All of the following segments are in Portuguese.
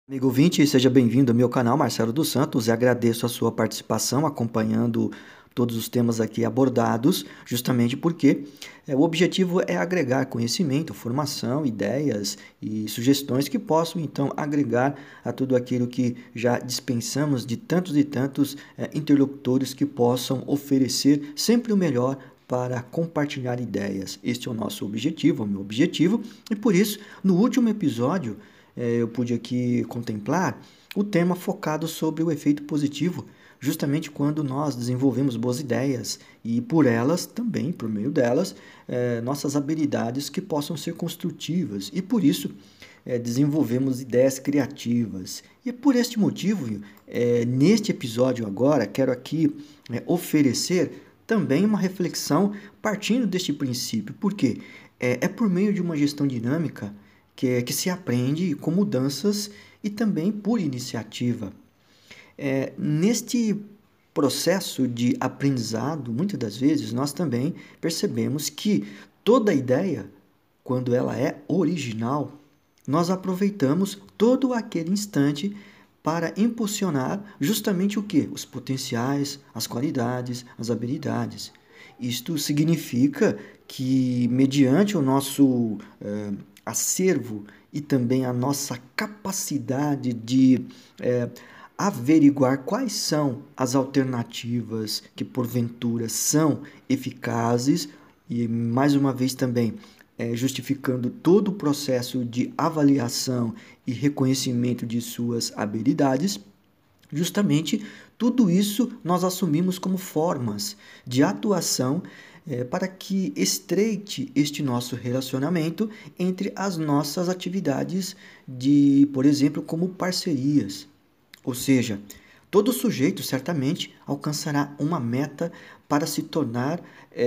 Amigo ouvinte, seja bem-vindo ao meu canal Marcelo dos Santos e agradeço a sua participação acompanhando todos os temas aqui abordados, justamente porque o objetivo é agregar conhecimento, formação, ideias e sugestões que possam então agregar a tudo aquilo que já dispensamos de tantos e tantos interlocutores que possam oferecer sempre o melhor para compartilhar ideias. Este é o nosso objetivo, é o meu objetivo, e por isso, no último episódio, eu pude aqui contemplar o tema focado sobre o efeito positivo, justamente quando nós desenvolvemos boas ideias e por elas também, por meio delas, nossas habilidades que possam ser construtivas e por isso desenvolvemos ideias criativas. E por este motivo, neste episódio agora, quero aqui oferecer também uma reflexão partindo deste princípio, porque é por meio de uma gestão dinâmica que se aprende com mudanças e também por iniciativa. Neste processo de aprendizado, muitas das vezes, nós também percebemos que toda ideia, quando ela é original, nós aproveitamos todo aquele instante para impulsionar justamente o quê? Os potenciais, as qualidades, as habilidades. Isto significa que, mediante o nosso acervo e também a nossa capacidade de averiguar quais são as alternativas que porventura são eficazes e mais uma vez também justificando todo o processo de avaliação e reconhecimento de suas habilidades, justamente tudo isso nós assumimos como formas de atuação para que estreite este nosso relacionamento entre as nossas atividades de, por exemplo, como parcerias. Ou seja, todo sujeito certamente alcançará uma meta para se tornar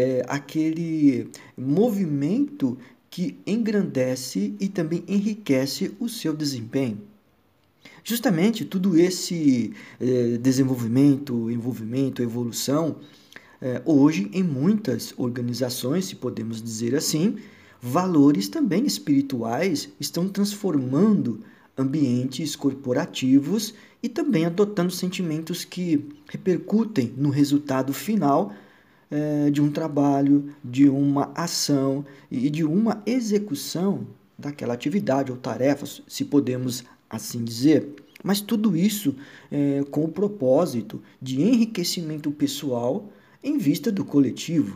aquele movimento que engrandece e também enriquece o seu desempenho. Justamente tudo esse desenvolvimento, envolvimento, evolução, hoje em muitas organizações, se podemos dizer assim, valores também espirituais estão transformando ambientes corporativos e também adotando sentimentos que repercutem no resultado final de um trabalho, de uma ação e de uma execução daquela atividade ou tarefa, se podemos assim dizer. Mas tudo isso com o propósito de enriquecimento pessoal em vista do coletivo.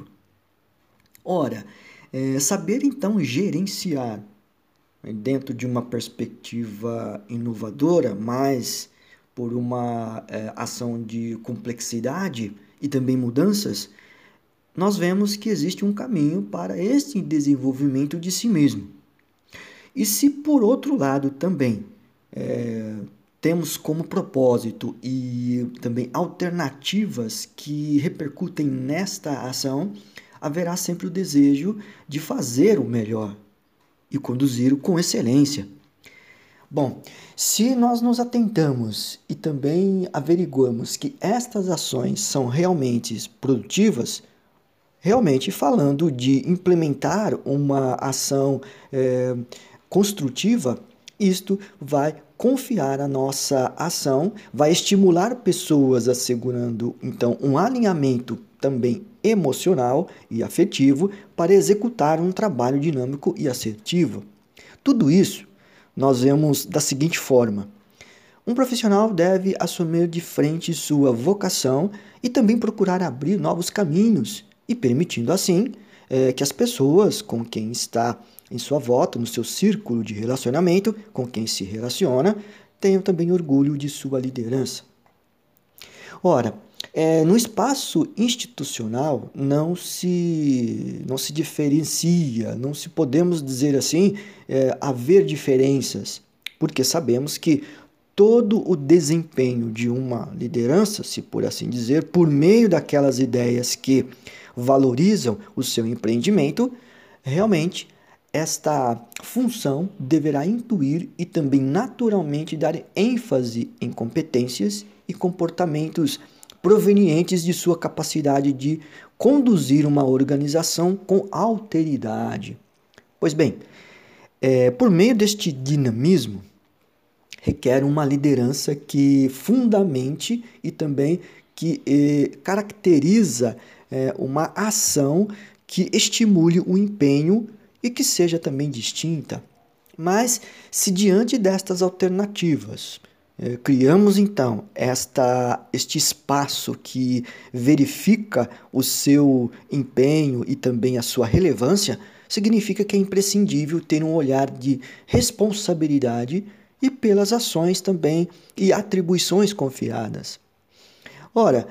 Ora, saber então gerenciar dentro de uma perspectiva inovadora, mas por uma ação de complexidade e também mudanças, nós vemos que existe um caminho para esse desenvolvimento de si mesmo. E se por outro lado também temos como propósito e também alternativas que repercutem nesta ação, haverá sempre o desejo de fazer o melhor e conduzi-lo com excelência. Bom, se nós nos atentamos e também averiguamos que estas ações são realmente produtivas, realmente falando de implementar uma ação construtiva, isto vai confiar a nossa ação, vai estimular pessoas assegurando então um alinhamento também emocional e afetivo para executar um trabalho dinâmico e assertivo. Tudo isso nós vemos da seguinte forma: um profissional deve assumir de frente sua vocação e também procurar abrir novos caminhos e permitindo assim que as pessoas com quem está em sua volta, no seu círculo de relacionamento, com quem se relaciona, tenham também orgulho de sua liderança. Ora, no espaço institucional não se diferencia, não se podemos dizer assim, haver diferenças, porque sabemos que todo o desempenho de uma liderança, se por assim dizer, por meio daquelas ideias que valorizam o seu empreendimento, realmente esta função deverá intuir e também naturalmente dar ênfase em competências e comportamentos provenientes de sua capacidade de conduzir uma organização com alteridade. Pois bem, por meio deste dinamismo, requer uma liderança que fundamente e também que caracteriza uma ação que estimule o empenho e que seja também distinta. Mas, se diante destas alternativas, criamos então este espaço que verifica o seu empenho e também a sua relevância, significa que é imprescindível ter um olhar de responsabilidade e pelas ações também e atribuições confiadas. Ora,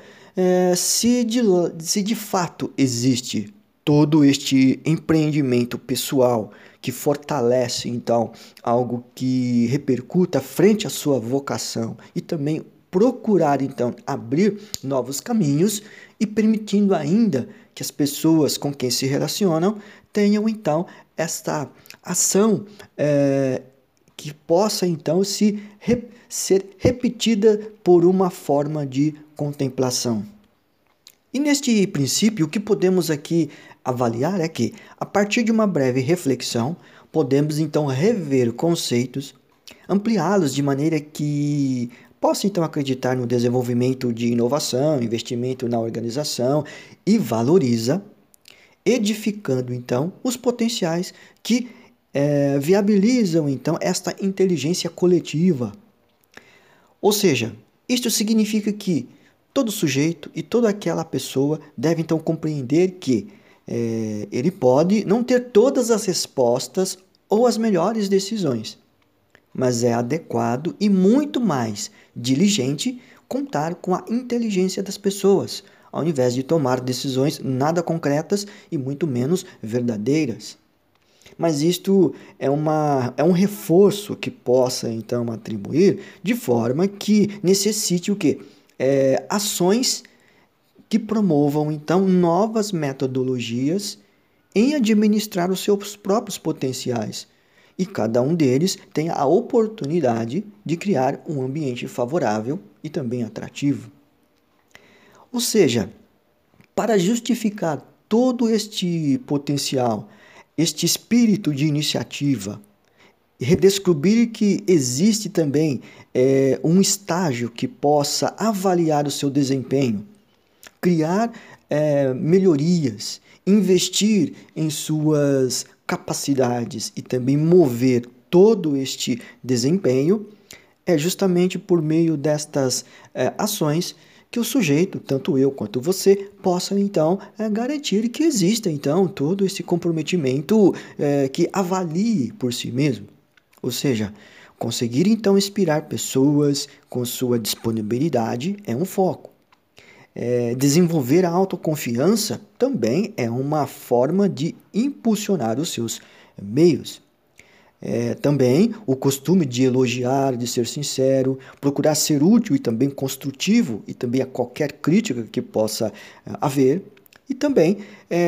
se de fato existe todo este empreendimento pessoal que fortalece então algo que repercuta frente à sua vocação e também procurar então abrir novos caminhos e permitindo ainda que as pessoas com quem se relacionam tenham então esta ação que possa então ser repetida por uma forma de contemplação. E neste princípio, o que podemos aqui avaliar é que, a partir de uma breve reflexão, podemos então rever conceitos, ampliá-los de maneira que possa então acreditar no desenvolvimento de inovação, investimento na organização e valoriza, edificando então os potenciais que viabilizam então esta inteligência coletiva. Ou seja, isto significa que todo sujeito e toda aquela pessoa deve então compreender que ele pode não ter todas as respostas ou as melhores decisões, mas é adequado e muito mais diligente contar com a inteligência das pessoas, ao invés de tomar decisões nada concretas e muito menos verdadeiras. Mas isto é um reforço que possa, então, atribuir de forma que necessite o quê? Ações que promovam, então, novas metodologias em administrar os seus próprios potenciais. E cada um deles tem a oportunidade de criar um ambiente favorável e também atrativo. Ou seja, para justificar todo este potencial, este espírito de iniciativa, redescobrir que existe também um estágio que possa avaliar o seu desempenho, criar melhorias, investir em suas capacidades e também mover todo este desempenho, é justamente por meio destas ações que o sujeito, tanto eu quanto você, possam então garantir que exista então todo esse comprometimento que avalie por si mesmo. Ou seja, conseguir então inspirar pessoas com sua disponibilidade é um foco. Desenvolver a autoconfiança também é uma forma de impulsionar os seus meios. Também o costume de elogiar, de ser sincero, procurar ser útil e também construtivo, e também a qualquer crítica que possa haver, e também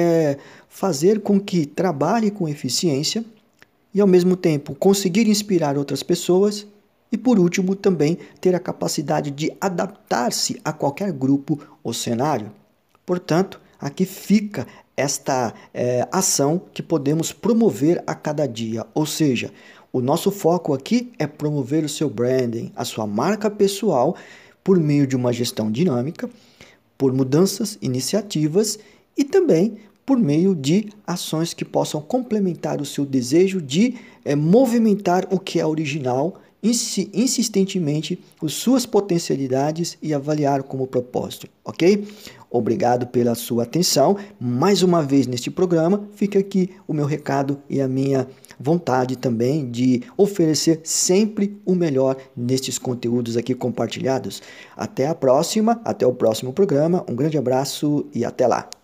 fazer com que trabalhe com eficiência e, ao mesmo tempo, conseguir inspirar outras pessoas e, por último, também ter a capacidade de adaptar-se a qualquer grupo ou cenário. Portanto, aqui fica esta ação que podemos promover a cada dia. Ou seja, o nosso foco aqui é promover o seu branding, a sua marca pessoal, por meio de uma gestão dinâmica, por mudanças, iniciativas e também por meio de ações que possam complementar o seu desejo de movimentar o que é original, insistentemente as suas potencialidades e avaliar como propósito, ok? Obrigado pela sua atenção. Mais uma vez neste programa, fica aqui o meu recado e a minha vontade também de oferecer sempre o melhor nestes conteúdos aqui compartilhados. Até a próxima, até o próximo programa. Um grande abraço e até lá.